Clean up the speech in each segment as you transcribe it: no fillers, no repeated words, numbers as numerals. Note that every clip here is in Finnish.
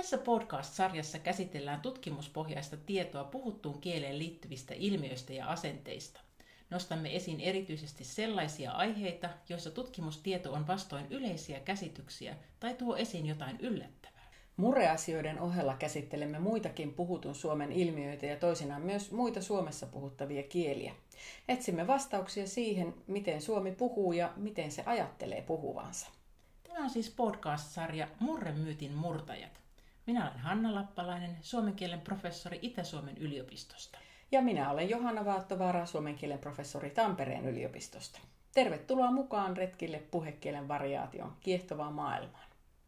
Tässä podcast-sarjassa käsitellään tutkimuspohjaista tietoa puhuttuun kieleen liittyvistä ilmiöistä ja asenteista. Nostamme esiin erityisesti sellaisia aiheita, joissa tutkimustieto on vastoin yleisiä käsityksiä tai tuo esiin jotain yllättävää. Murreasioiden ohella käsittelemme muitakin puhutun suomen ilmiöitä ja toisinaan myös muita Suomessa puhuttavia kieliä. Etsimme vastauksia siihen, miten Suomi puhuu ja miten se ajattelee puhuvansa. Tämä on siis podcast-sarja Murremyytin murtajat. Minä olen Hanna Lappalainen, suomen kielen professori Itä-Suomen yliopistosta. Ja minä olen Johanna Vaattovaara, suomen kielen professori Tampereen yliopistosta. Tervetuloa mukaan retkille puhekielen variaation kiehtovaan maailmaan.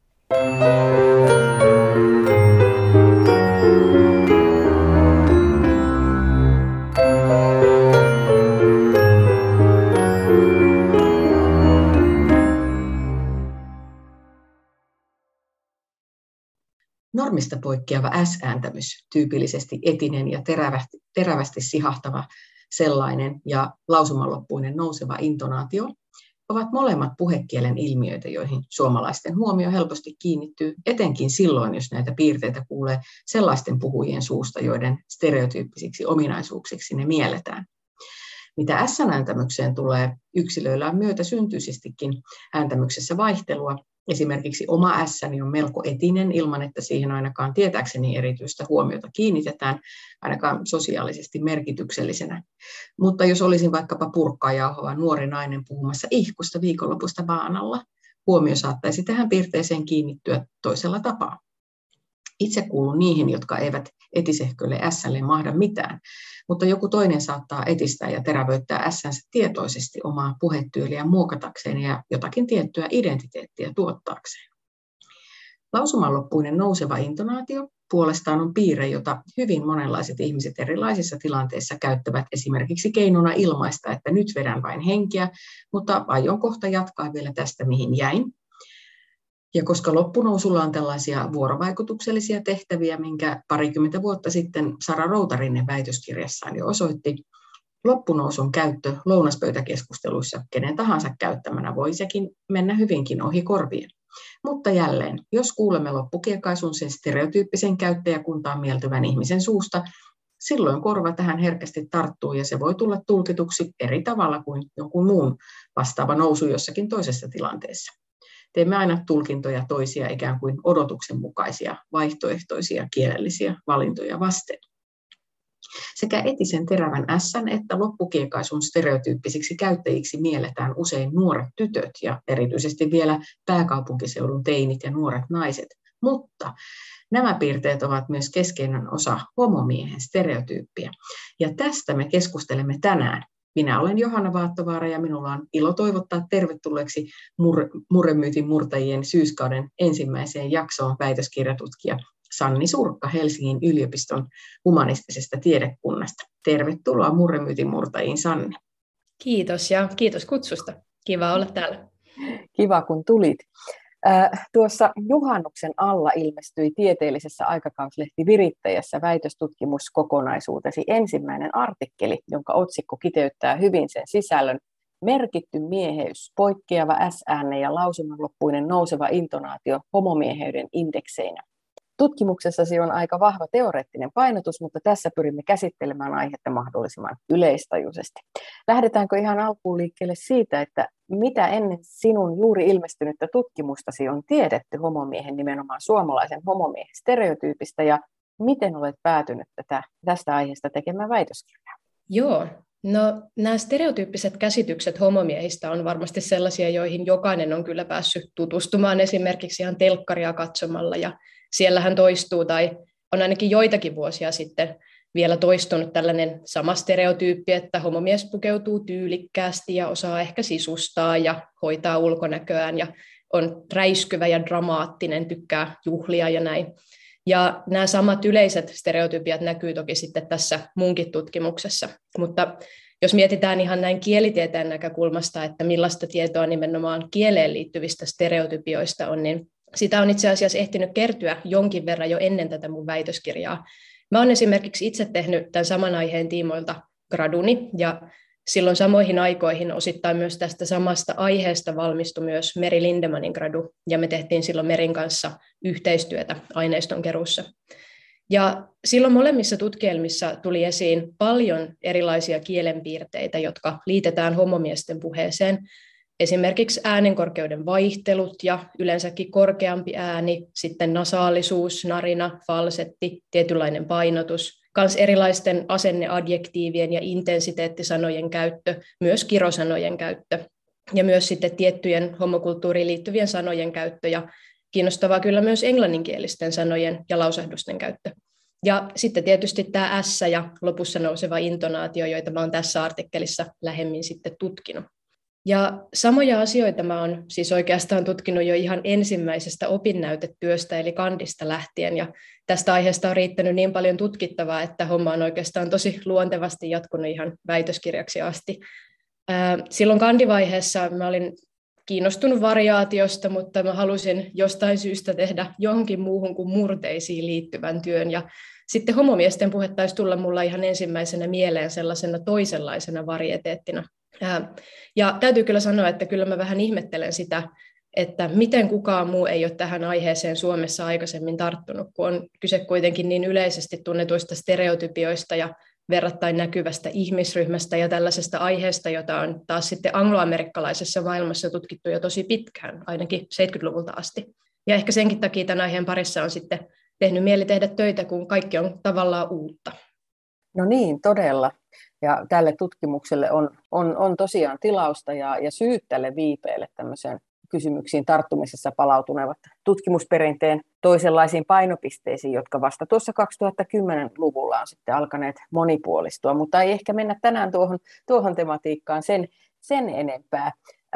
Normista poikkeava S-ääntämys, tyypillisesti etinen ja terävästi sihahtava sellainen ja lausumanloppuinen nouseva intonaatio, ovat molemmat puhekielen ilmiöitä, joihin suomalaisten huomio helposti kiinnittyy, etenkin silloin, jos näitä piirteitä kuulee sellaisten puhujien suusta, joiden stereotyyppisiksi ominaisuuksiksi ne mielletään. Mitä S-ääntämykseen tulee, yksilöillä on myötäsyntyisestikin ääntämyksessä vaihtelua. Esimerkiksi oma S-ni on melko etinen ilman, että siihen ainakaan tietääkseni erityistä huomiota kiinnitetään, ainakaan sosiaalisesti merkityksellisenä. Mutta jos olisin vaikkapa purkkaa jauhava nuori nainen puhumassa ihkusta viikonlopusta baanalla, huomio saattaisi tähän piirteeseen kiinnittyä toisella tapaa. Itse kuulun niihin, jotka eivät etisehkölle S-lle mahda mitään, mutta joku toinen saattaa etistää ja terävöittää S-nsä tietoisesti omaa puhetyyliä muokatakseen ja jotakin tiettyä identiteettiä tuottaakseen. Lausumanloppuinen nouseva intonaatio puolestaan on piirre, jota hyvin monenlaiset ihmiset erilaisissa tilanteissa käyttävät esimerkiksi keinona ilmaista, että nyt vedän vain henkeä, mutta aion kohta jatkaa vielä tästä, mihin jäin. Ja koska loppunousulla on tällaisia vuorovaikutuksellisia tehtäviä, minkä parikymmentä vuotta sitten Sara Routarinne väitöskirjassaan jo osoitti, loppunousun käyttö lounaspöytäkeskusteluissa kenen tahansa käyttämänä voi sekin mennä hyvinkin ohi korvien. Mutta jälleen, jos kuulemme loppukiekaisun sen stereotyyppisen käyttäjäkuntaan mieltyvän ihmisen suusta, silloin korva tähän herkästi tarttuu ja se voi tulla tulkituksi eri tavalla kuin jonkun muun vastaava nousu jossakin toisessa tilanteessa. Teemme aina tulkintoja toisia ikään kuin odotuksen mukaisia, vaihtoehtoisia kielellisiä valintoja vasten. Sekä etisen terävän S:n että loppukiekaisun stereotyyppisiksi käyttäjiksi mielletään usein nuoret tytöt ja erityisesti vielä pääkaupunkiseudun teinit ja nuoret naiset. Mutta nämä piirteet ovat myös keskeinen osa homomiehen stereotyyppiä. Ja tästä me keskustelemme tänään. Minä olen Johanna Vaattovaara ja minulla on ilo toivottaa tervetulleeksi Murremyytin murtajien syyskauden ensimmäiseen jaksoon väitöskirjatutkija Sanni Surkka Helsingin yliopiston humanistisesta tiedekunnasta. Tervetuloa Murremyytin murtajiin, Sanni. Kiitos ja kiitos kutsusta. Kiva olla täällä. Kiva kun tulit. Tuossa juhannuksen alla ilmestyi tieteellisessä aikakauslehti Virittäjässä väitöstutkimuskokonaisuutesi ensimmäinen artikkeli, jonka otsikko kiteyttää hyvin sen sisällön: merkitty mieheys, poikkeava S-äänne ja lausumanloppuinen nouseva intonaatio homomieheyden indekseinä. Tutkimuksessasi on aika vahva teoreettinen painotus, mutta tässä pyrimme käsittelemään aihetta mahdollisimman yleistajuisesti. Lähdetäänkö ihan alkuun liikkeelle siitä, että mitä ennen sinun juuri ilmestynyttä tutkimustasi on tiedetty homomiehen, nimenomaan suomalaisen homomiehen stereotyypistä, ja miten olet päätynyt tästä aiheesta tekemään väitöskirjaa? Joo, no nämä stereotyyppiset käsitykset homomiehistä on varmasti sellaisia, joihin jokainen on kyllä päässyt tutustumaan esimerkiksi ihan telkkaria katsomalla, ja siellähän toistuu tai on ainakin joitakin vuosia sitten vielä toistunut tällainen sama stereotyyppi, että homomies pukeutuu tyylikkäästi ja osaa ehkä sisustaa ja hoitaa ulkonäköään ja on räiskyvä ja dramaattinen, tykkää juhlia ja näin. Ja nämä samat yleiset stereotypiat näkyy toki sitten tässä munkin tutkimuksessa, mutta jos mietitään ihan näin kielitieteen näkökulmasta, että millaista tietoa nimenomaan kieleen liittyvistä stereotypioista on, niin sitä on itse asiassa ehtinyt kertyä jonkin verran jo ennen tätä mun väitöskirjaa. Mä olen esimerkiksi itse tehnyt tämän saman aiheen tiimoilta graduni, ja silloin samoihin aikoihin osittain myös tästä samasta aiheesta valmistui myös Meri Lindemanin gradu, ja me tehtiin silloin Merin kanssa yhteistyötä aineistonkeruussa. Ja silloin molemmissa tutkielmissa tuli esiin paljon erilaisia kielenpiirteitä, jotka liitetään homomiesten puheeseen. Esimerkiksi äänenkorkeuden vaihtelut ja yleensäkin korkeampi ääni, sitten nasaalisuus, narina, falsetti, tietynlainen painotus, myös erilaisten asenneadjektiivien ja intensiteettisanojen käyttö, myös kirosanojen käyttö ja myös sitten tiettyjen homokulttuuriin liittyvien sanojen käyttö ja kiinnostavaa kyllä myös englanninkielisten sanojen ja lausahdusten käyttö. Ja sitten tietysti tämä S ja lopussa nouseva intonaatio, joita mä oon tässä artikkelissa lähemmin sitten tutkinut. Ja samoja asioita mä oon siis oikeastaan tutkinut jo ihan ensimmäisestä opinnäytetyöstä, eli kandista lähtien, ja tästä aiheesta on riittänyt niin paljon tutkittavaa, että homma on oikeastaan tosi luontevasti jatkunut ihan väitöskirjaksi asti. Silloin kandivaiheessa mä olin kiinnostunut variaatiosta, mutta mä halusin jostain syystä tehdä johonkin muuhun kuin murteisiin liittyvän työn, ja sitten homomiesten puhe taisi tulla mulla ihan ensimmäisenä mieleen sellaisena toisenlaisena varieteettina. Ja täytyy kyllä sanoa, että kyllä mä vähän ihmettelen sitä, että miten kukaan muu ei ole tähän aiheeseen Suomessa aikaisemmin tarttunut, kun on kyse kuitenkin niin yleisesti tunnetuista stereotypioista ja verrattain näkyvästä ihmisryhmästä ja tällaisesta aiheesta, jota on taas sitten angloamerikkalaisessa maailmassa tutkittu jo tosi pitkään, ainakin 70-luvulta asti. Ja ehkä senkin takia tämän aiheen parissa on sitten tehnyt mieli tehdä töitä, kun kaikki on tavallaan uutta. No niin, todella. Ja tälle tutkimukselle on tosiaan tilausta ja syyt tälle viipeelle tämmöiseen kysymyksiin tarttumisessa palautunevat tutkimusperinteen toisenlaisiin painopisteisiin, jotka vasta tuossa 2010-luvulla on sitten alkaneet monipuolistua, mutta ei ehkä mennä tänään tuohon tematiikkaan sen enempää.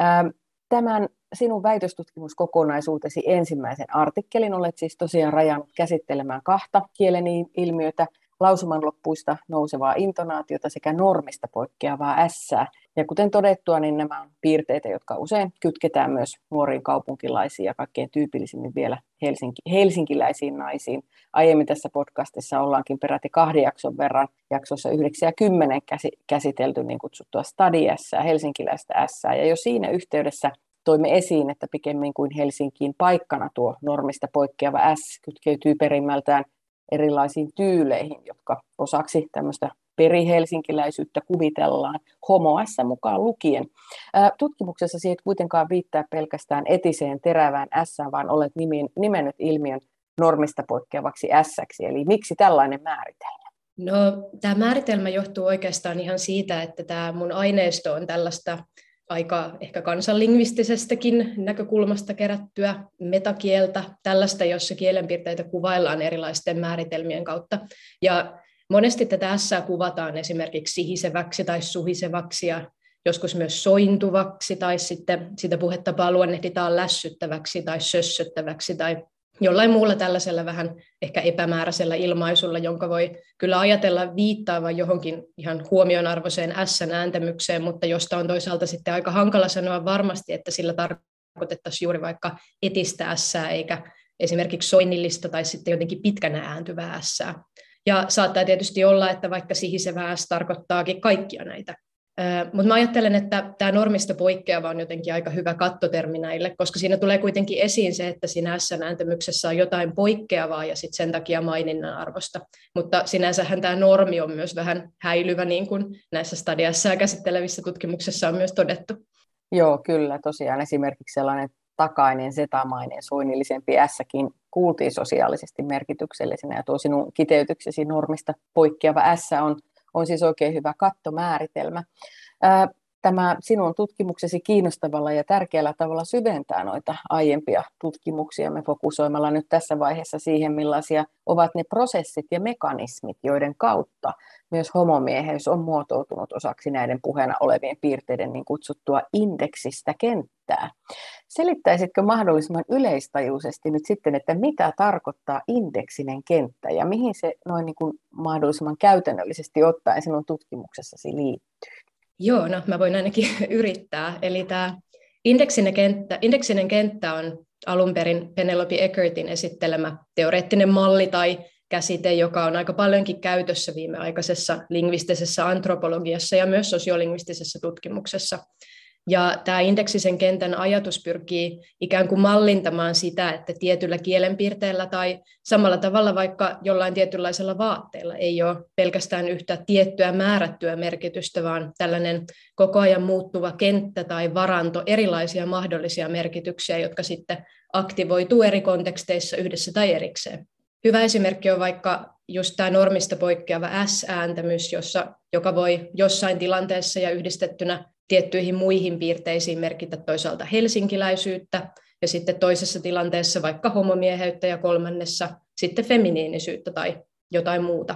Tämän sinun väitöstutkimuskokonaisuutesi ensimmäisen artikkelin olet siis tosiaan rajannut käsittelemään 2 kielen ilmiötä, lausumanloppuista nousevaa intonaatiota sekä normista poikkeavaa ässää. Ja kuten todettua, niin nämä on piirteitä, jotka usein kytketään myös nuoriin kaupunkilaisiin ja kaikkein tyypillisimmin vielä helsinkiläisiin naisiin. Aiemmin tässä podcastissa ollaankin peräti 2 jakson verran, jaksossa 9 ja 10 käsitelty niin kutsuttua stadiässää, helsinkiläistä ässää. Ja jo siinä yhteydessä toimme esiin, että pikemmin kuin Helsinkiin paikkana tuo normista poikkeava S kytkeytyy perimmältään erilaisiin tyyleihin, jotka osaksi tämmöistä perihelsinkiläisyyttä kuvitellaan homo-S mukaan lukien. Tutkimuksessa et kuitenkaan viittaa pelkästään etiseen terävään S, vaan olet nimennyt ilmiön normista poikkeavaksi S-ksi. Eli miksi tällainen määritelmä? No, tämä määritelmä johtuu oikeastaan ihan siitä, että tämä mun aineisto on tällaista aika ehkä kansanlingvistisestäkin näkökulmasta kerättyä metakieltä, tällaista, jossa kielenpiirteitä kuvaillaan erilaisten määritelmien kautta. Ja monesti tätä ässää kuvataan esimerkiksi sihiseväksi tai suhisevaksi ja joskus myös sointuvaksi, tai sitten sitä puhetapaa luonnehditaan lässyttäväksi tai sössöttäväksi tai jollain muulla tällaisella vähän ehkä epämääräisellä ilmaisulla, jonka voi kyllä ajatella viittaavan johonkin ihan huomionarvoiseen ässän ääntämykseen, mutta josta on toisaalta sitten aika hankala sanoa varmasti, että sillä tarkoitettaisiin juuri vaikka etistä ässää, eikä esimerkiksi soinnillista tai sitten jotenkin pitkänä ääntyvää ässää. Ja saattaa tietysti olla, että vaikka sihisevä äs tarkoittaakin kaikkia näitä. Mutta mä ajattelen, että tämä normista poikkeava on jotenkin aika hyvä kattotermi näille, koska siinä tulee kuitenkin esiin se, että siinä S-ääntämyksessä on jotain poikkeavaa ja sitten sen takia maininnan arvosta. Mutta sinänsähän tämä normi on myös vähän häilyvä, niin kuin näissä stadiassa käsittelevissä tutkimuksissa on myös todettu. Joo, kyllä. Tosiaan esimerkiksi sellainen takainen, setamainen, soinnillisempi S-kin kuultiin sosiaalisesti merkityksellisenä, ja tuo sinun kiteytyksesi normista poikkeava S on siis oikein hyvä kattomääritelmä. Tämä sinun tutkimuksesi kiinnostavalla ja tärkeällä tavalla syventää noita aiempia tutkimuksia me fokusoimalla nyt tässä vaiheessa siihen, millaisia ovat ne prosessit ja mekanismit, joiden kautta myös homomieheys on muotoutunut osaksi näiden puheena olevien piirteiden niin kutsuttua indeksistä kenttää. Selittäisitkö mahdollisimman yleistajuisesti nyt sitten, että mitä tarkoittaa indeksinen kenttä ja mihin se noin niin kuin mahdollisimman käytännöllisesti ottaen sinun tutkimuksessasi liittyy? Joo, no mä voin ainakin yrittää. Eli tämä indeksinen kenttä on alun perin Penelope Eckertin esittelemä teoreettinen malli tai käsite, joka on aika paljonkin käytössä viimeaikaisessa lingvistisessä antropologiassa ja myös sosiolingvistisessä tutkimuksessa. Ja tämä indeksisen kentän ajatus pyrkii ikään kuin mallintamaan sitä, että tietyllä kielenpiirteellä tai samalla tavalla vaikka jollain tietynlaisella vaatteella ei ole pelkästään yhtä tiettyä määrättyä merkitystä, vaan tällainen koko ajan muuttuva kenttä tai varanto erilaisia mahdollisia merkityksiä, jotka sitten aktivoituu eri konteksteissa yhdessä tai erikseen. Hyvä esimerkki on vaikka just tämä normista poikkeava S-ääntämys, joka voi jossain tilanteessa ja yhdistettynä tiettyihin muihin piirteisiin merkitä toisaalta helsinkiläisyyttä ja sitten toisessa tilanteessa vaikka homomieheyttä ja kolmannessa sitten feminiinisyyttä tai jotain muuta.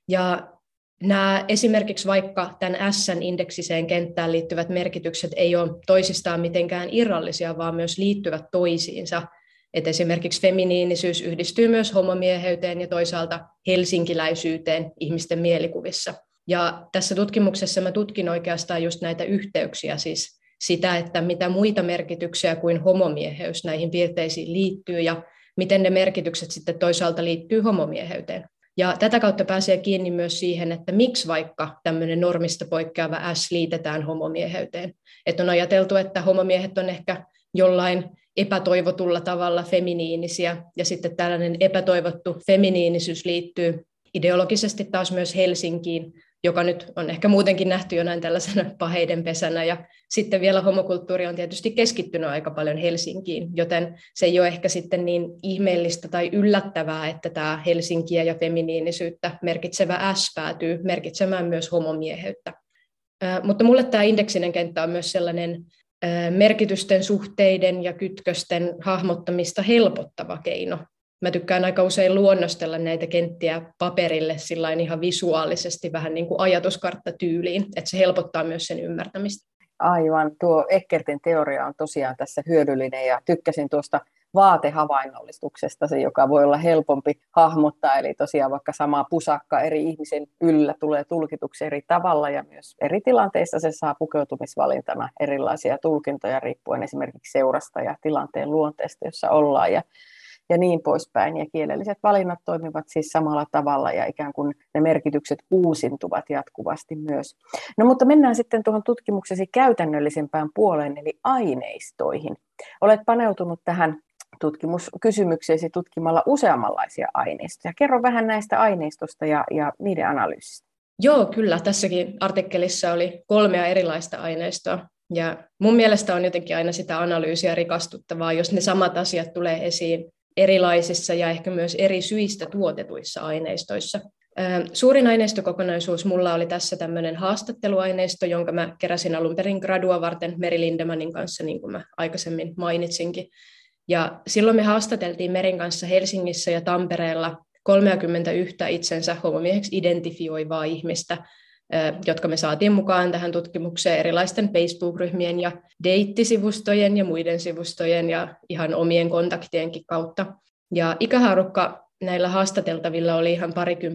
Ja nämä esimerkiksi vaikka tämän S-indeksiseen kenttään liittyvät merkitykset ei ole toisistaan mitenkään irrallisia, vaan myös liittyvät toisiinsa. Et esimerkiksi feminiinisyys yhdistyy myös homomieheyteen ja toisaalta helsinkiläisyyteen ihmisten mielikuvissa. Ja tässä tutkimuksessa mä tutkin oikeastaan just näitä yhteyksiä, siis sitä, että mitä muita merkityksiä kuin homomieheys näihin piirteisiin liittyy ja miten ne merkitykset sitten toisaalta liittyy homomieheyteen. Ja tätä kautta pääsee kiinni myös siihen, että miksi vaikka tämmöinen normista poikkeava S liitetään homomieheyteen. Että on ajateltu, että homomiehet on ehkä jollain epätoivotulla tavalla feminiinisiä ja sitten tällainen epätoivottu feminiinisyys liittyy ideologisesti taas myös Helsinkiin, joka nyt on ehkä muutenkin nähty jo näin tällaisena paheiden pesänä. Ja sitten vielä homokulttuuri on tietysti keskittynyt aika paljon Helsinkiin, joten se ei ole ehkä sitten niin ihmeellistä tai yllättävää, että tämä Helsinkiä ja feminiinisyyttä merkitsevä S päätyy merkitsemään myös homomieheyttä. Mutta mulle tämä indeksinen kenttä on myös sellainen merkitysten, suhteiden ja kytkösten hahmottamista helpottava keino. Mä tykkään aika usein luonnostella näitä kenttiä paperille sillain ihan visuaalisesti vähän niin kuin ajatuskarttatyyliin, että se helpottaa myös sen ymmärtämistä. Aivan, tuo Eckertin teoria on tosiaan tässä hyödyllinen ja tykkäsin tuosta vaatehavainnollistuksesta, se joka voi olla helpompi hahmottaa, eli tosiaan vaikka sama pusakka eri ihmisen yllä tulee tulkituksi eri tavalla ja myös eri tilanteissa se saa pukeutumisvalintana erilaisia tulkintoja riippuen esimerkiksi seurasta ja tilanteen luonteesta, jossa ollaan ja niin poispäin. Ja kielelliset valinnat toimivat siis samalla tavalla ja ikään kuin ne merkitykset uusintuvat jatkuvasti myös. No mutta mennään sitten tuohon tutkimuksesi käytännöllisempään puoleen, eli aineistoihin. Olet paneutunut tähän tutkimuskysymykseesi tutkimalla useammanlaisia aineistoja. Kerro vähän näistä aineistosta ja niiden analyysistä. Joo, kyllä. Tässäkin artikkelissa oli 3 erilaista aineistoa. Ja mun mielestä on jotenkin aina sitä analyysiä rikastuttavaa, jos ne samat asiat tulee esiin erilaisissa ja ehkä myös eri syistä tuotetuissa aineistoissa. Suurin aineistokokonaisuus mulla oli tässä tämmöinen haastatteluaineisto, jonka mä keräsin alun perin gradua varten Meri Lindemanin kanssa, niin kuin mä aikaisemmin mainitsinkin. Ja silloin me haastateltiin Merin kanssa Helsingissä ja Tampereella 31 itsensä homomieheksi identifioivaa ihmistä, jotka me saatiin mukaan tähän tutkimukseen erilaisten Facebook-ryhmien ja deittisivustojen ja muiden sivustojen ja ihan omien kontaktienkin kautta. Ja ikähaarukka näillä haastateltavilla oli ihan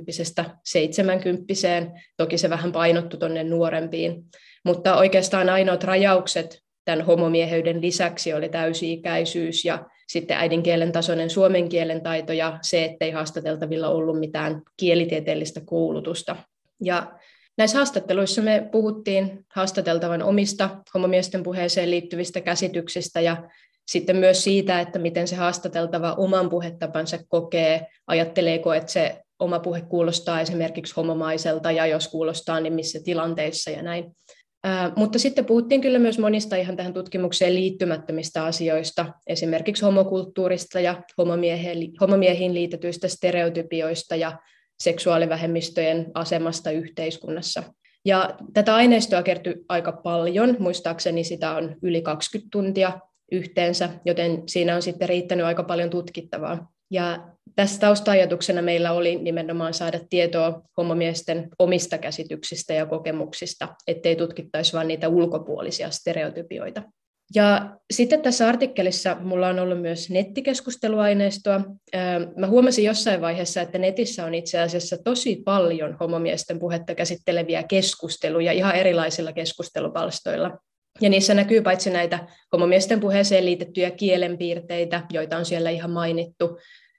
20–70, toki se vähän painottu tuonne nuorempiin, mutta oikeastaan ainoat rajaukset tämän homomieheyden lisäksi oli täysi-ikäisyys ja sitten äidinkielen tasoinen suomen kielen taito ja se, ettei haastateltavilla ollut mitään kielitieteellistä koulutusta. Ja näissä haastatteluissa me puhuttiin haastateltavan omista homomiesten puheeseen liittyvistä käsityksistä ja sitten myös siitä, että miten se haastateltava oman puhetapansa kokee, ajatteleeko, että se oma puhe kuulostaa esimerkiksi homomaiselta ja jos kuulostaa, niin missä tilanteissa ja näin. Mutta sitten puhuttiin kyllä myös monista ihan tähän tutkimukseen liittymättömistä asioista, esimerkiksi homokulttuurista ja homomiehiin liitetyistä stereotypioista ja seksuaalivähemmistöjen asemasta yhteiskunnassa. Ja tätä aineistoa kertyi aika paljon, muistaakseni sitä on yli 20 tuntia yhteensä, joten siinä on sitten riittänyt aika paljon tutkittavaa. Ja tässä tausta-ajatuksena meillä oli nimenomaan saada tietoa homomiesten omista käsityksistä ja kokemuksista, ettei tutkittaisi vain niitä ulkopuolisia stereotypioita. Ja sitten tässä artikkelissa mulla on ollut myös nettikeskusteluaineistoa. Mä huomasin jossain vaiheessa, että netissä on itse asiassa tosi paljon homomiesten puhetta käsitteleviä keskusteluja ihan erilaisilla keskustelupalstoilla. Ja niissä näkyy paitsi näitä homomiesten puheeseen liitettyjä kielenpiirteitä, joita on siellä ihan mainittu,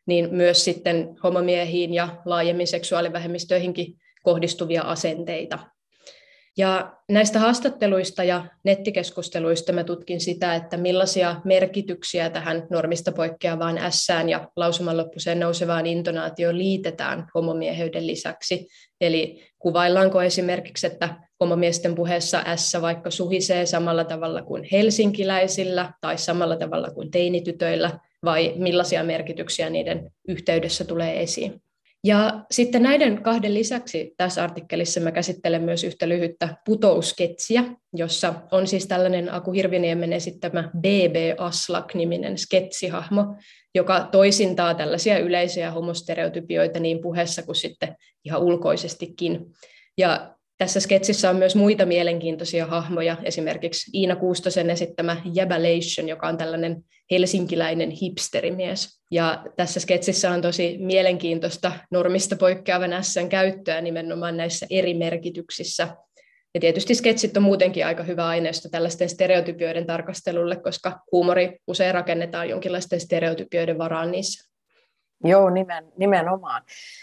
niin myös sitten homomiehiin ja laajemmin seksuaalivähemmistöihinkin kohdistuvia asenteita. Ja näistä haastatteluista ja nettikeskusteluista mä tutkin sitä, että millaisia merkityksiä tähän normista poikkeavaan ässään ja lausumanloppuiseen nousevaan intonaatioon liitetään homomieheyden lisäksi. Eli kuvaillaanko esimerkiksi, että homomiesten puheessa ässä vaikka suhisee samalla tavalla kuin helsinkiläisillä tai samalla tavalla kuin teinitytöillä, vai millaisia merkityksiä niiden yhteydessä tulee esiin. Ja sitten näiden kahden lisäksi tässä artikkelissa mä käsittelen myös yhtä lyhyttä putousketsiä, jossa on siis tällainen Aku Hirviniemen esittämä B.B. Aslak-niminen sketsihahmo, joka toisintaa tällaisia yleisiä homostereotypioita niin puheessa kuin sitten ihan ulkoisestikin. Ja tässä sketsissä on myös muita mielenkiintoisia hahmoja, esimerkiksi Iina Kuustosen esittämä Jäbälation, joka on tällainen helsinkiläinen hipsterimies. Ja tässä sketsissä on tosi mielenkiintoista normista poikkeavan ässän käyttöä nimenomaan näissä eri merkityksissä. Ja tietysti sketsit on muutenkin aika hyvä aineisto tällaisten stereotypioiden tarkastelulle, koska huumori usein rakennetaan jonkinlaisten stereotypioiden varaan niissä. Joo, nimenomaan.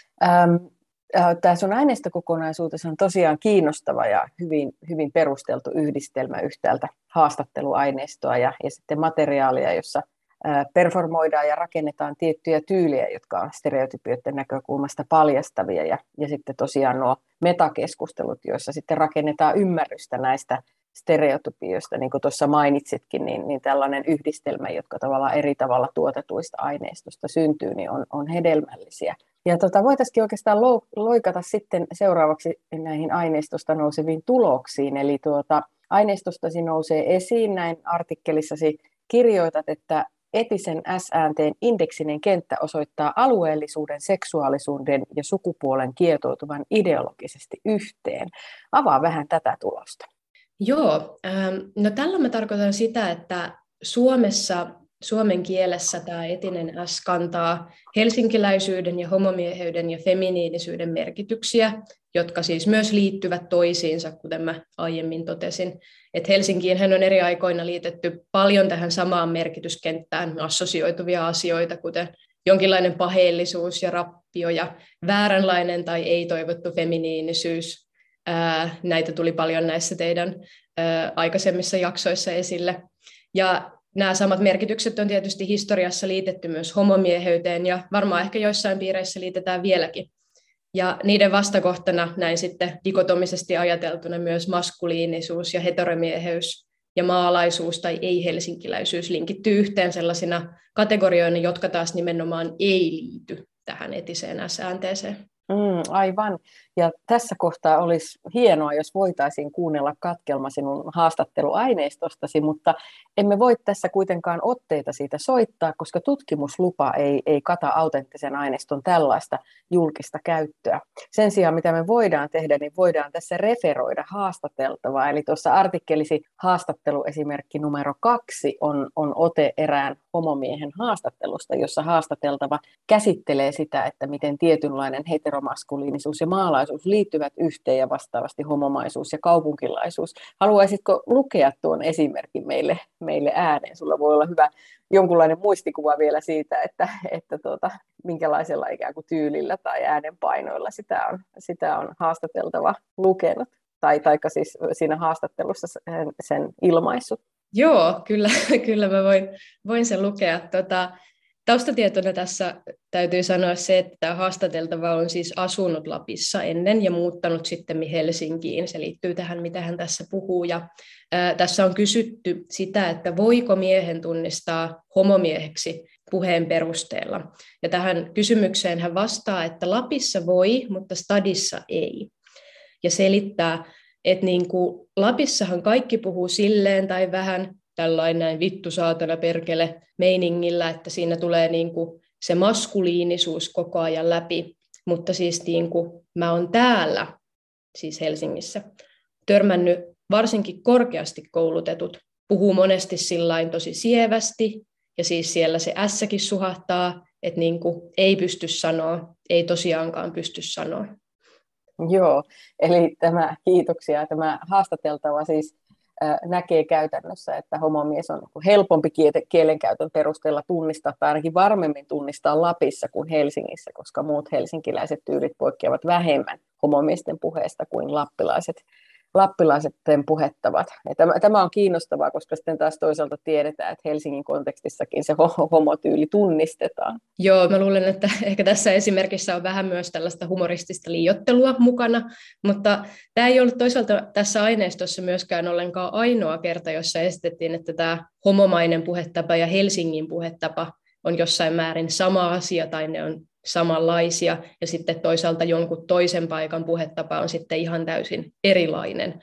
Tämä sun aineistokokonaisuutesi on tosiaan kiinnostava ja hyvin perusteltu yhdistelmä yhtäältä haastatteluaineistoa ja sitten materiaalia, jossa performoidaan ja rakennetaan tiettyjä tyylejä, jotka on stereotypioiden näkökulmasta paljastavia ja sitten tosiaan nuo metakeskustelut, joissa sitten rakennetaan ymmärrystä näistä stereotypioista, niin kuin tuossa mainitsitkin, niin tällainen yhdistelmä, jotka tavallaan eri tavalla tuotetuista aineistosta syntyy, niin on hedelmällisiä. Ja voitaisiin oikeastaan loikata sitten seuraavaksi näihin aineistosta nouseviin tuloksiin. Eli aineistostasi nousee esiin, näin artikkelissasi kirjoitat, että etisen S-äänteen indeksinen kenttä osoittaa alueellisuuden, seksuaalisuuden ja sukupuolen kietoutuvan ideologisesti yhteen. Avaa vähän tätä tulosta. Joo, no tällä mä tarkoitan sitä, että suomen kielessä tämä etinen S kantaa helsinkiläisyyden ja homomieheyden ja feminiinisyyden merkityksiä, jotka siis myös liittyvät toisiinsa, kuten mä aiemmin totesin. Että Helsinkiinhän on eri aikoina liitetty paljon tähän samaan merkityskenttään assosioituvia asioita, kuten jonkinlainen paheellisuus ja rappio ja vääränlainen tai ei-toivottu feminiinisyys. Näitä tuli paljon näissä teidän aikaisemmissa jaksoissa esille. Ja nämä samat merkitykset on tietysti historiassa liitetty myös homomieheyteen ja varmaan ehkä joissain piireissä liitetään vieläkin. Ja niiden vastakohtana näin sitten dikotomisesti ajateltuna myös maskuliinisuus ja heteromieheys ja maalaisuus tai ei-helsinkiläisyys linkittyy yhteen sellaisina kategorioina, jotka taas nimenomaan ei liity tähän etiseen S-äänteeseen. Aivan. Ja tässä kohtaa olisi hienoa, jos voitaisiin kuunnella katkelma sinun haastatteluaineistostasi, mutta emme voi tässä kuitenkaan otteita siitä soittaa, koska tutkimuslupa ei kata autenttisen aineiston tällaista julkista käyttöä. Sen sijaan, mitä me voidaan tehdä, niin voidaan tässä referoida haastateltavaa. Eli tuossa artikkelisi haastatteluesimerkki numero 2 on ote erään homomiehen haastattelusta, jossa haastateltava käsittelee sitä, että miten tietynlainen heteromaskuliinisuus ja maalaisuus liittyvät yhteen ja vastaavasti homomaisuus ja kaupunkilaisuus. Haluaisitko lukea tuon esimerkin meille ääneen? Sulla voi olla hyvä jonkunlainen muistikuva vielä siitä, että minkälaisella ikään kuin tyylillä tai äänenpainoilla sitä on haastateltava lukenut. Taikka siis siinä haastattelussa sen ilmaissut. Joo, kyllä mä voin sen lukea. Taustatietona tässä täytyy sanoa se, että tämä haastateltava on siis asunut Lapissa ennen ja muuttanut sitten Helsinkiin. Se liittyy tähän, mitä hän tässä puhuu. Ja tässä on kysytty sitä, että voiko miehen tunnistaa homomieheksi puheen perusteella. Ja tähän kysymykseen hän vastaa, että Lapissa voi, mutta stadissa ei. Ja selittää, että niin kuin Lapissahan kaikki puhuu silleen tai vähän tällainen vittu saatana perkele meiningillä, että siinä tulee niin kuin se maskuliinisuus koko ajan läpi, mutta siis niin kuin mä oon täällä, siis Helsingissä, törmännyt varsinkin korkeasti koulutetut, puhuu monesti sillain tosi sievästi, ja siis siellä se ässäkin suhahtaa, että niin kuin ei pysty sanoa, ei tosiaankaan pysty sanoa. Joo, eli kiitoksia. Tämä haastateltava siis näkee käytännössä, että homomies on helpompi kielenkäytön perusteella tunnistaa tai ainakin varmemmin tunnistaa Lapissa kuin Helsingissä, koska muut helsinkiläiset tyylit poikkeavat vähemmän homomiesten puheesta kuin lappilaiset puhettavat. Ja tämä on kiinnostavaa, koska sitten taas toisaalta tiedetään, että Helsingin kontekstissakin se homotyyli tunnistetaan. Joo, mä luulen, että ehkä tässä esimerkissä on vähän myös tällaista humoristista liioittelua mukana, mutta tämä ei ollut toisaalta tässä aineistossa myöskään ollenkaan ainoa kerta, jossa esitettiin, että tämä homomainen puhetapa ja Helsingin puhetapa on jossain määrin sama asia tai ne on samanlaisia, ja sitten toisaalta jonkun toisen paikan puhetapa on sitten ihan täysin erilainen.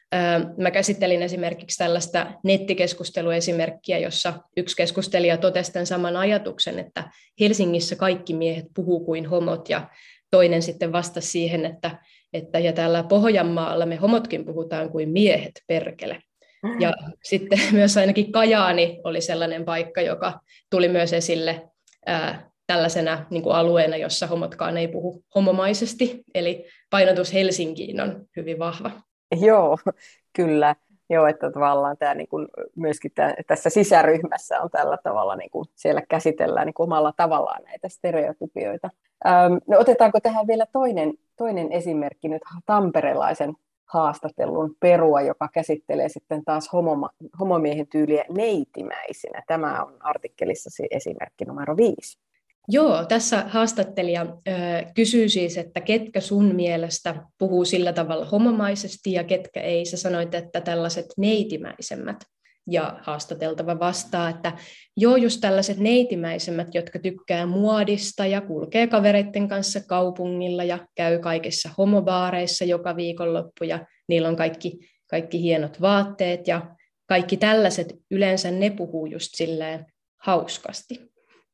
Mä käsittelin esimerkiksi tällaista nettikeskusteluesimerkkiä, jossa yksi keskustelija totesi tämän saman ajatuksen, että Helsingissä kaikki miehet puhuu kuin homot, ja toinen sitten vastasi siihen, että ja täällä Pohjanmaalla me homotkin puhutaan kuin miehet, perkele. Ja sitten myös ainakin Kajaani oli sellainen paikka, joka tuli myös esille tällaisena niin kuin alueena, jossa homotkaan ei puhu homomaisesti, eli painotus Helsinkiin on hyvin vahva. Joo, kyllä. Joo, että tavallaan tämä niin kuin myöskin tässä sisäryhmässä on tällä tavalla, niin kuin siellä käsitellään niin kuin omalla tavallaan näitä stereotypioita. No otetaanko tähän vielä toinen esimerkki nyt tamperelaisen haastattelun perua, joka käsittelee sitten taas homomiehen tyyliä neitimäisinä. Tämä on artikkelissasi esimerkki numero 5. Joo, tässä haastattelija kysyy siis, että ketkä sun mielestä puhuu sillä tavalla homomaisesti ja ketkä ei. Sä sanoit, että tällaiset neitimäisemmät. Ja haastateltava vastaa, että joo, just tällaiset neitimäisemmät, jotka tykkää muodista ja kulkee kavereiden kanssa kaupungilla ja käy kaikissa homobaareissa joka viikonloppu ja niillä on kaikki hienot vaatteet ja kaikki tällaiset, yleensä ne puhuu just silleen hauskasti.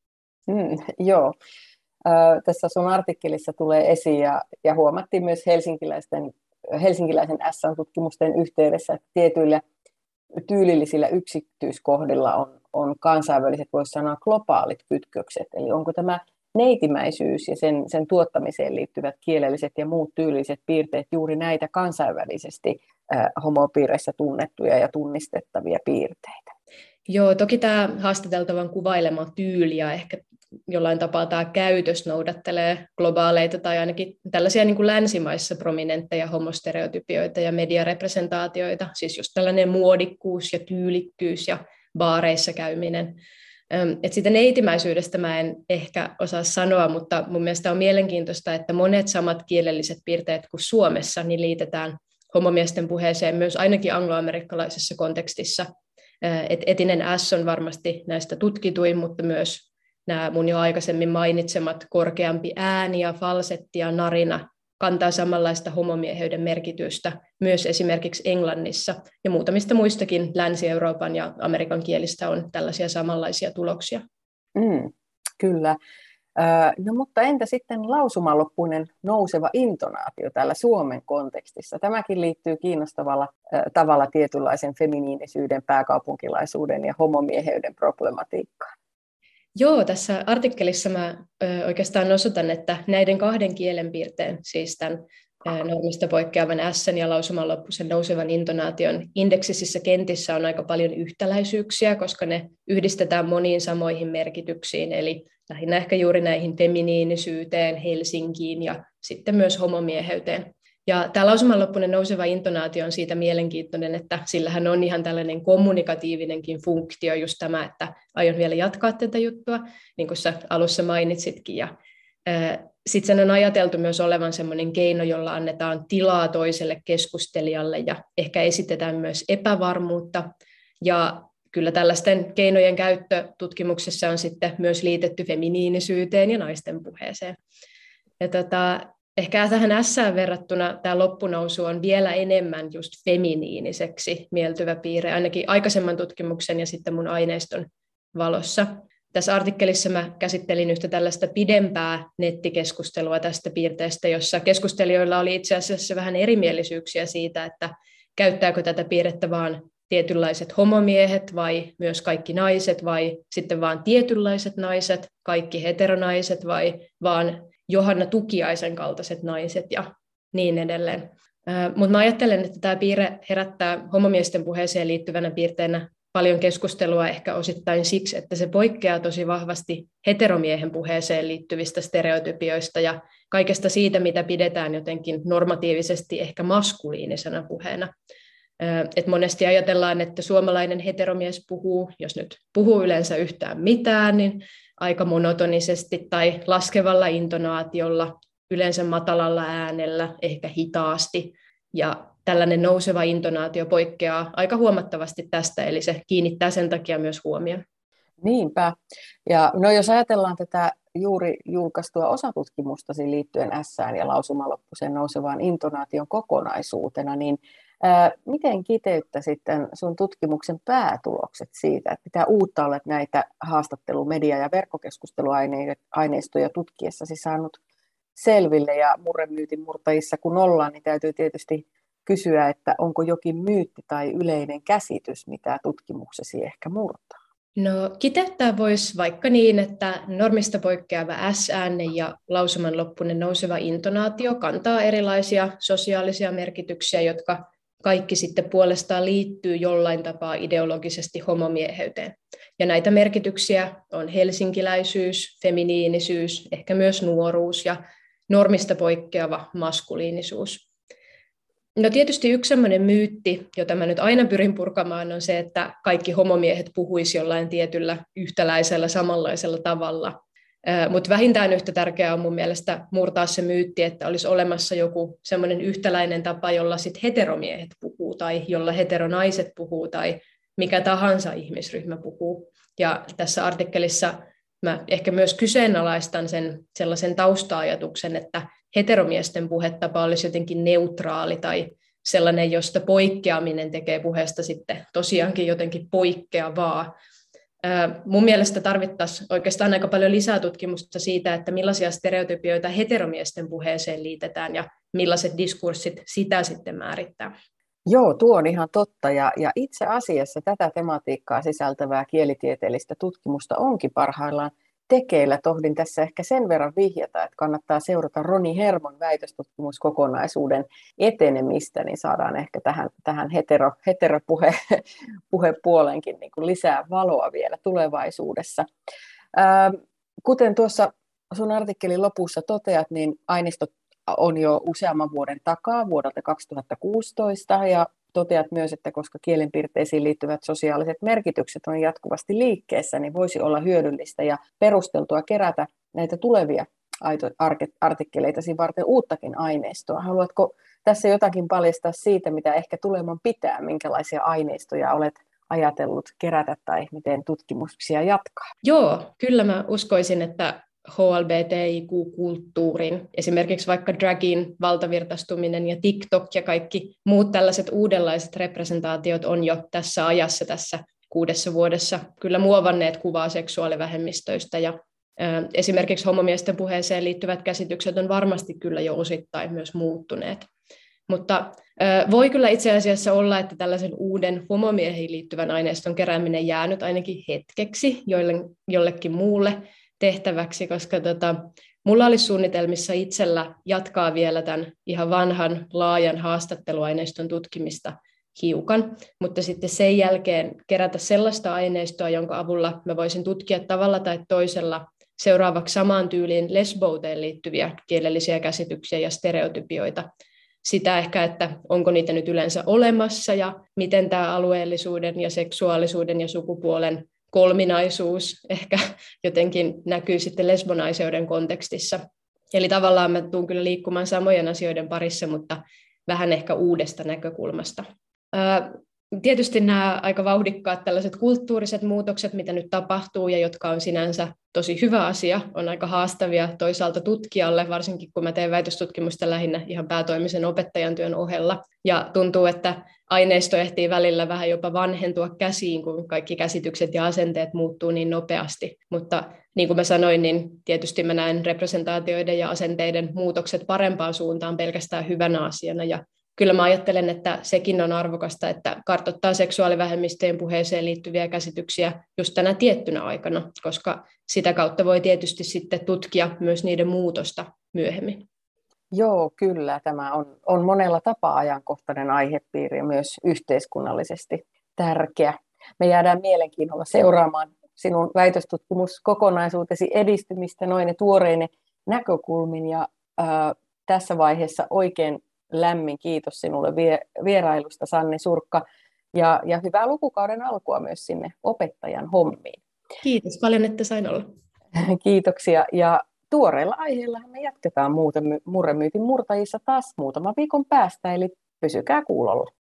Joo. Tässä sun artikkelissa tulee esiin ja huomattiin myös helsinkiläisen S-tutkimusten yhteydessä, että tietyillä tyylillisillä yksityiskohdilla on kansainväliset, voisi sanoa globaalit kytkökset. Eli onko tämä neitimäisyys ja sen tuottamiseen liittyvät kielelliset ja muut tyylilliset piirteet juuri näitä kansainvälisesti homopiireissä tunnettuja ja tunnistettavia piirteitä? Joo, toki tämä haastateltavan kuvailema tyyli ja ehkä jollain tapaa tämä käytös noudattelee globaaleita tai ainakin tällaisia niin kuin länsimaissa prominentteja homostereotypioita ja mediarepresentaatioita, siis just tällainen muodikkuus ja tyylikkyys ja baareissa käyminen. Et siitä neitimäisyydestä mä en ehkä osaa sanoa, mutta mun mielestä on mielenkiintoista, että monet samat kielelliset piirteet kuin Suomessa niin liitetään homomiesten puheeseen myös ainakin angloamerikkalaisessa kontekstissa. Et etinen S on varmasti näistä tutkituin, mutta myös nämä mun jo aikaisemmin mainitsemat korkeampi ääni ja falsetti ja narina kantaa samanlaista homomieheyden merkitystä myös esimerkiksi Englannissa ja muutamista muistakin Länsi-Euroopan ja Amerikan kielistä on tällaisia samanlaisia tuloksia. Kyllä. No mutta entä sitten lausumaloppuinen nouseva intonaatio täällä Suomen kontekstissa? Tämäkin liittyy kiinnostavalla tavalla tietynlaisen feminiinisyyden, pääkaupunkilaisuuden ja homomieheyden problematiikkaan. Joo, tässä artikkelissa mä oikeastaan osoitan, että näiden kahden kielenpiirteen, siis tämän normista poikkeavan ässän ja lausumanloppuisen nousevan intonaation indeksisissä kentissä on aika paljon yhtäläisyyksiä, koska ne yhdistetään moniin samoihin merkityksiin, eli lähinnä ehkä juuri näihin feminiinisyyteen, Helsinkiin ja sitten myös homomieheyteen. Ja tämä lausumanloppuinen nouseva intonaatio on siitä mielenkiintoinen, että sillähän on ihan tällainen kommunikatiivinenkin funktio, just tämä, että aion vielä jatkaa tätä juttua, niin kuin sä alussa mainitsitkin. Ja sitten sen on ajateltu myös olevan semmoinen keino, jolla annetaan tilaa toiselle keskustelijalle ja ehkä esitetään myös epävarmuutta. Ja kyllä tällaisten keinojen käyttö tutkimuksessa on sitten myös liitetty feminiinisyyteen ja naisten puheeseen. Ja ehkä tähän S:ään verrattuna tämä loppunousu on vielä enemmän just feminiiniseksi mieltyvä piirre, ainakin aikaisemman tutkimuksen ja sitten mun aineiston valossa. Tässä artikkelissa mä käsittelin yhtä tällaista pidempää nettikeskustelua tästä piirteestä, jossa keskustelijoilla oli itse asiassa vähän erimielisyyksiä siitä, että käyttääkö tätä piirrettä vaan tietynlaiset homomiehet vai myös kaikki naiset vai sitten vaan tietynlaiset naiset, kaikki heteronaiset vai vaan Johanna Tukiaisen kaltaiset naiset ja niin edelleen. Mutta mä ajattelen, että tämä piirre herättää homomiesten puheeseen liittyvänä piirteenä paljon keskustelua ehkä osittain siksi, että se poikkeaa tosi vahvasti heteromiehen puheeseen liittyvistä stereotypioista ja kaikesta siitä, mitä pidetään jotenkin normatiivisesti ehkä maskuliinisena puheena. Et monesti ajatellaan, että suomalainen heteromies puhuu, jos nyt puhuu yleensä yhtään mitään, niin aika monotonisesti tai laskevalla intonaatiolla, yleensä matalalla äänellä, ehkä hitaasti. Ja tällainen nouseva intonaatio poikkeaa aika huomattavasti tästä, eli se kiinnittää sen takia myös huomioon. Niinpä. Ja no jos ajatellaan tätä juuri julkaistua osatutkimustasi liittyen ässään ja lausumaloppuisen nousevaan intonaation kokonaisuutena, niin miten kiteyttä sitten sun tutkimuksen päätulokset siitä, että mitä uutta olet näitä haastattelu-, media- ja verkkokeskusteluaineistoja tutkiessasi saanut selville, ja murremyytin murtajissa kun ollaan, niin täytyy tietysti kysyä, että onko jokin myytti tai yleinen käsitys, mitä tutkimuksesi ehkä murtaa? No kiteyttää voisi vaikka niin, että normista poikkeava S-äänne ja lausuman loppuinen nouseva intonaatio kantaa erilaisia sosiaalisia merkityksiä, jotka kaikki sitten puolestaan liittyy jollain tapaa ideologisesti homomieheyteen. Ja näitä merkityksiä on helsinkiläisyys, feminiinisyys, ehkä myös nuoruus ja normista poikkeava maskuliinisuus. No tietysti yksi sellainen myytti, jota mä nyt aina pyrin purkamaan, on se, että kaikki homomiehet puhuisi jollain tietyllä yhtäläisellä, samanlaisella tavalla. Mutta vähintään yhtä tärkeää on mun mielestä murtaa se myytti, että olisi olemassa joku semmoinen yhtäläinen tapa, jolla sit heteromiehet puhuu tai jolla heteronaiset puhuu tai mikä tahansa ihmisryhmä puhuu. Ja tässä artikkelissa mä ehkä myös kyseenalaistan sen sellaisen tausta-ajatuksen, että heteromiesten puhetapa olisi jotenkin neutraali tai sellainen, josta poikkeaminen tekee puheesta sitten tosiaankin jotenkin poikkeavaa. Mun mielestä tarvittaisiin oikeastaan aika paljon lisää tutkimusta siitä, että millaisia stereotypioita heteromiesten puheeseen liitetään ja millaiset diskurssit sitä sitten määrittää. Joo, tuo on ihan totta, ja itse asiassa tätä tematiikkaa sisältävää kielitieteellistä tutkimusta onkin parhaillaan tekeillä. Tohdin tässä ehkä sen verran vihjata, että kannattaa seurata Roni Hermon väitöstutkimuskokonaisuuden etenemistä, niin saadaan ehkä tähän heteropuhepuoleenkin niin kuin lisää valoa vielä tulevaisuudessa. Kuten tuossa sun artikkelin lopussa toteat, niin aineistot on jo useamman vuoden takaa, vuodelta 2016, ja toteat myös, että koska kielenpiirteisiin liittyvät sosiaaliset merkitykset on jatkuvasti liikkeessä, niin voisi olla hyödyllistä ja perusteltua kerätä näitä tulevia artikkeleitasi varten uuttakin aineistoa. Haluatko tässä jotakin paljastaa siitä, mitä ehkä tuleman pitää, minkälaisia aineistoja olet ajatellut kerätä tai miten tutkimuksia jatkaa? Joo, kyllä mä uskoisin, että HLBTIQ-kulttuurin, esimerkiksi vaikka dragin valtavirtaistuminen ja TikTok ja kaikki muut tällaiset uudenlaiset representaatiot on jo tässä ajassa, tässä 6 vuodessa kyllä muovanneet kuvaa seksuaalivähemmistöistä ja esimerkiksi homomiesten puheeseen liittyvät käsitykset on varmasti kyllä jo osittain myös muuttuneet. Mutta voi kyllä itse asiassa olla, että tällaisen uuden homomiehiin liittyvän aineiston kerääminen jää nyt ainakin hetkeksi jollekin muulle tehtäväksi, koska mulla olisi suunnitelmissa itsellä jatkaa vielä tämän ihan vanhan laajan haastatteluaineiston tutkimista hiukan, mutta sitten sen jälkeen kerätä sellaista aineistoa, jonka avulla mä voisin tutkia tavalla tai toisella seuraavaksi samaan tyyliin lesbouteen liittyviä kielellisiä käsityksiä ja stereotypioita. Sitä ehkä, että onko niitä nyt yleensä olemassa ja miten tämä alueellisuuden ja seksuaalisuuden ja sukupuolen kolminaisuus ehkä jotenkin näkyy sitten lesbonaiseuden kontekstissa. Eli tavallaan mä tuun kyllä liikkumaan samojen asioiden parissa, mutta vähän ehkä uudesta näkökulmasta. Tietysti nämä aika vauhdikkaat tällaiset kulttuuriset muutokset, mitä nyt tapahtuu ja jotka on sinänsä tosi hyvä asia, on aika haastavia toisaalta tutkijalle, varsinkin kun mä teen väitöstutkimusta lähinnä ihan päätoimisen opettajan työn ohella. Ja tuntuu, että aineisto ehtii välillä vähän jopa vanhentua käsiin, kun kaikki käsitykset ja asenteet muuttuu niin nopeasti. Mutta niin kuin mä sanoin, niin tietysti mä näen representaatioiden ja asenteiden muutokset parempaan suuntaan pelkästään hyvänä asiana. Ja kyllä mä ajattelen, että sekin on arvokasta, että kartoittaa seksuaalivähemmistöjen puheeseen liittyviä käsityksiä just tänä tiettynä aikana, koska sitä kautta voi tietysti sitten tutkia myös niiden muutosta myöhemmin. Joo, kyllä. Tämä on monella tapaa ajankohtainen aihepiiri ja myös yhteiskunnallisesti tärkeä. Me jäädään mielenkiinnolla seuraamaan sinun väitöstutkimuskokonaisuutesi edistymistä noin tuoreine näkökulmin. Ja tässä vaiheessa oikein lämmin kiitos sinulle vierailusta, Sanni Surkka, ja hyvää lukukauden alkua myös sinne opettajan hommiin. Kiitos paljon, että sain olla. Kiitoksia. Ja tuoreella aiheella me jatketaan Murremyytin murtajissa taas muutaman viikon päästä, eli pysykää kuulolla.